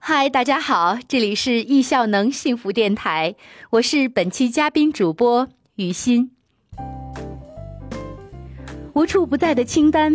嗨，大家好，这里是易效能幸福电台，我是本期嘉宾主播于欣。无处不在的清单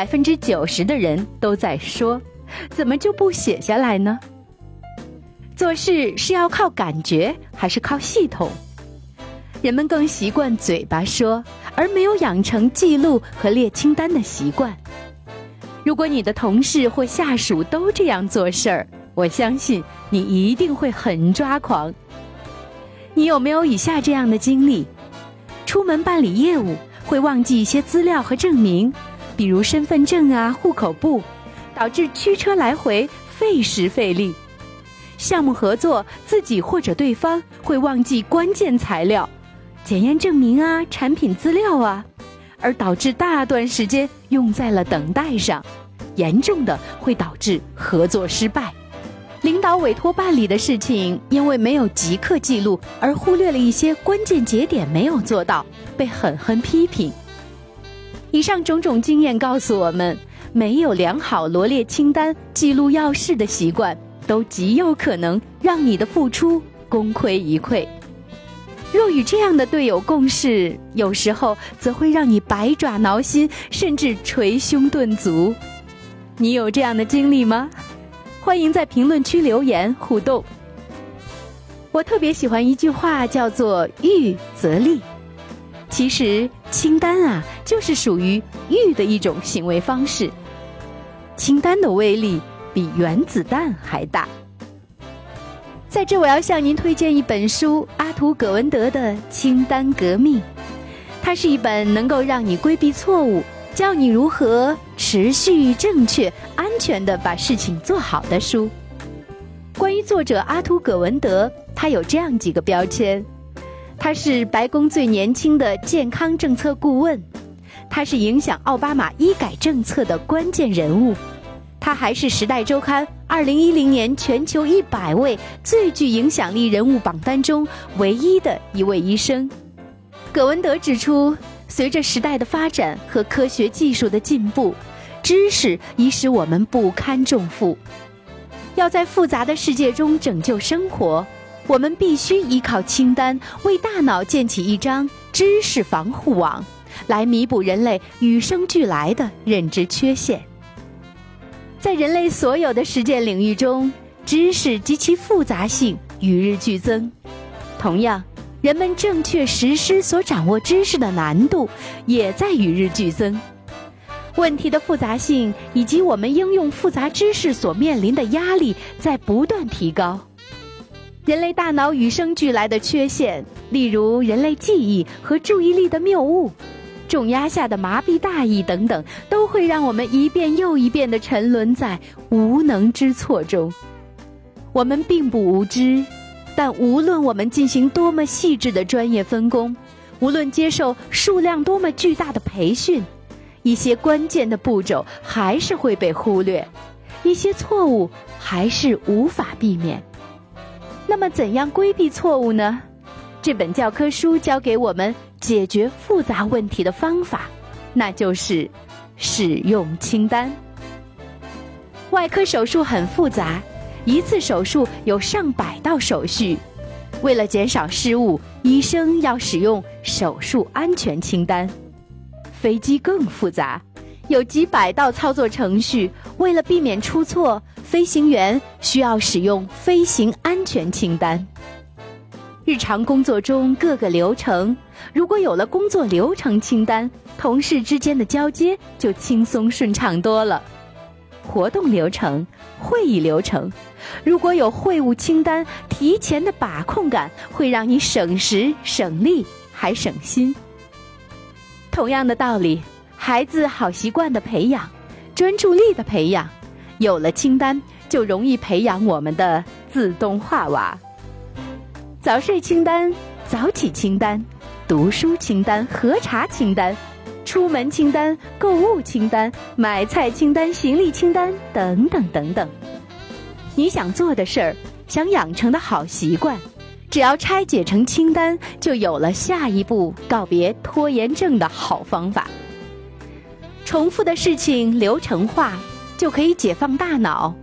，90%的人都在说，怎么就不写下来呢？做事是要靠感觉还是靠系统？人们更习惯嘴巴说，而没有养成记录和列清单的习惯。如果你的同事或下属都这样做事儿，我相信你一定会很抓狂。你有没有以下这样的经历？出门办理业务会忘记一些资料和证明，比如身份证啊、户口簿，导致驱车来回费时费力。项目合作，自己或者对方会忘记关键材料、检验证明啊、产品资料啊，而导致大段时间用在了等待上，严重的会导致合作失败。领导委托办理的事情，因为没有即刻记录，而忽略了一些关键节点没有做到，被狠狠批评。以上种种经验告诉我们，没有良好罗列清单、记录要事的习惯，都极有可能让你的付出功亏一篑。若与这样的队友共事，有时候则会让你百爪挠心，甚至捶胸顿足。你有这样的经历吗？欢迎在评论区留言互动。我特别喜欢一句话，叫做预则立。其实清单啊，就是属于预的一种行为方式。清单的威力比原子弹还大。在这我要向您推荐一本书，阿图·葛文德的《清单革命》。它是一本能够让你规避错误，教你如何持续、正确、安全地把事情做好的书。关于作者阿图·葛文德，他有这样几个标签：他是白宫最年轻的健康政策顾问，他是影响奥巴马医改政策的关键人物，他还是《时代周刊》2010年全球100位最具影响力人物榜单中唯一的一位医生。葛文德指出，随着时代的发展和科学技术的进步，知识已使我们不堪重负。要在复杂的世界中拯救生活，我们必须依靠清单，为大脑建起一张知识防护网，来弥补人类与生俱来的认知缺陷。在人类所有的实践领域中，知识及其复杂性与日俱增。同样，人们正确实施所掌握知识的难度也在与日俱增。问题的复杂性以及我们应用复杂知识所面临的压力在不断提高。人类大脑与生俱来的缺陷，例如人类记忆和注意力的谬误、重压下的麻痹大意等等，都会让我们一遍又一遍地沉沦在无能之错中。我们并不无知，但无论我们进行多么细致的专业分工，无论接受数量多么巨大的培训，一些关键的步骤还是会被忽略，一些错误还是无法避免。那么怎样规避错误呢？这本教科书教给我们解决复杂问题的方法，那就是使用清单。外科手术很复杂，一次手术有上百道手续，为了减少失误，医生要使用手术安全清单。飞机更复杂，有几百道操作程序，为了避免出错，飞行员需要使用飞行安全清单。日常工作中各个流程，如果有了工作流程清单，同事之间的交接就轻松顺畅多了。活动流程、会议流程，如果有会务清单，提前的把控感会让你省时省力还省心。同样的道理，孩子好习惯的培养、专注力的培养，有了清单就容易培养我们的自动化娃。早睡清单、早起清单、读书清单、核查清单、出门清单、购物清单、买菜清单、行李清单等等等等。你想做的事儿，想养成的好习惯，只要拆解成清单，就有了下一步告别拖延症的好方法。重复的事情流程化，就可以解放大脑，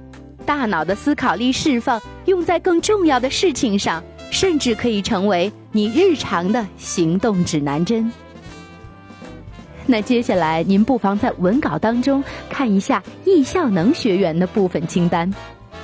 大脑的思考力释放用在更重要的事情上，甚至可以成为你日常的行动指南针。那接下来您不妨在文稿当中看一下易效能学员的部分清单。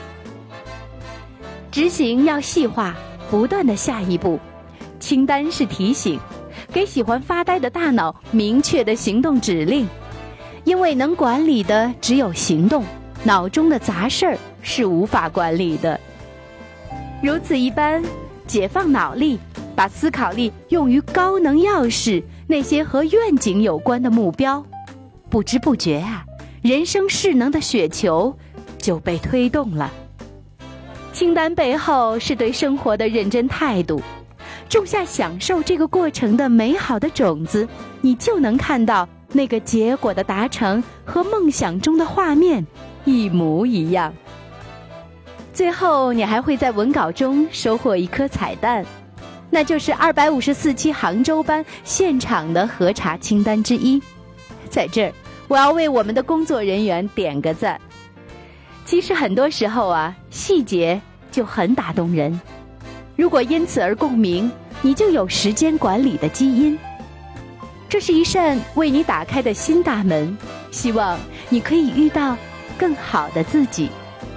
执行要细化，不断的下一步。清单是提醒，给喜欢发呆的大脑明确的行动指令，因为能管理的只有行动，脑中的杂事儿是无法管理的。如此一般，解放脑力，把思考力用于高能要事，那些和愿景有关的目标，不知不觉啊，人生势能的雪球就被推动了。清单背后是对生活的认真态度，种下享受这个过程的美好的种子，你就能看到那个结果的达成和梦想中的画面一模一样。最后你还会在文稿中收获一颗彩蛋，那就是254期杭州班现场的核查清单之一。在这儿我要为我们的工作人员点个赞。其实很多时候啊，细节就很打动人，如果因此而共鸣，你就有时间管理的基因。这是一扇为你打开的新大门，希望你可以遇到更好的自己。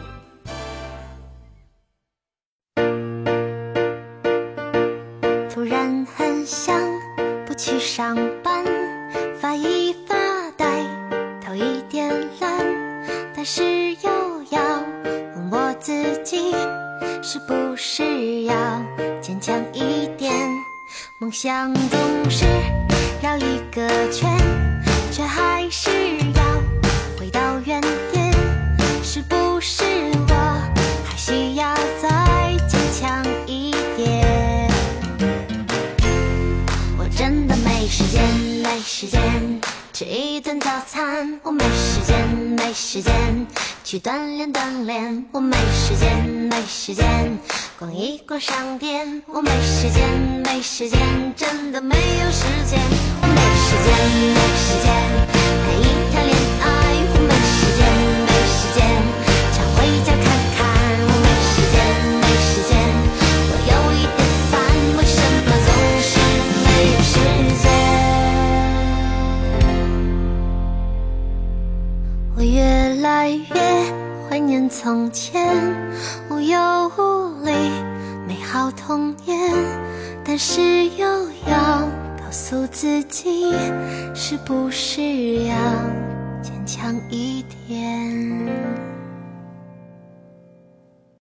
突然很想不去上班，发一发呆，头一点蓝，但是又要问我自己，是不是要坚强一点？梦想总是绕一个圈，却还是要回到原点，是不是我还需要再坚强一点？我真的没时间，没时间吃一顿早餐，我没时间，没时间去锻炼锻炼，我没时间，没时间逛一逛商店，我没时间，没时间，真的没有时间，我没时间，没时间谈一谈恋爱，我没时间，没时间常回家看看，我没时间，没时间，我有一点烦，为什么总是没有时间？我越来越怀念从前，无忧无虑美好童年，但是又要告诉自己，是不是要坚强一点？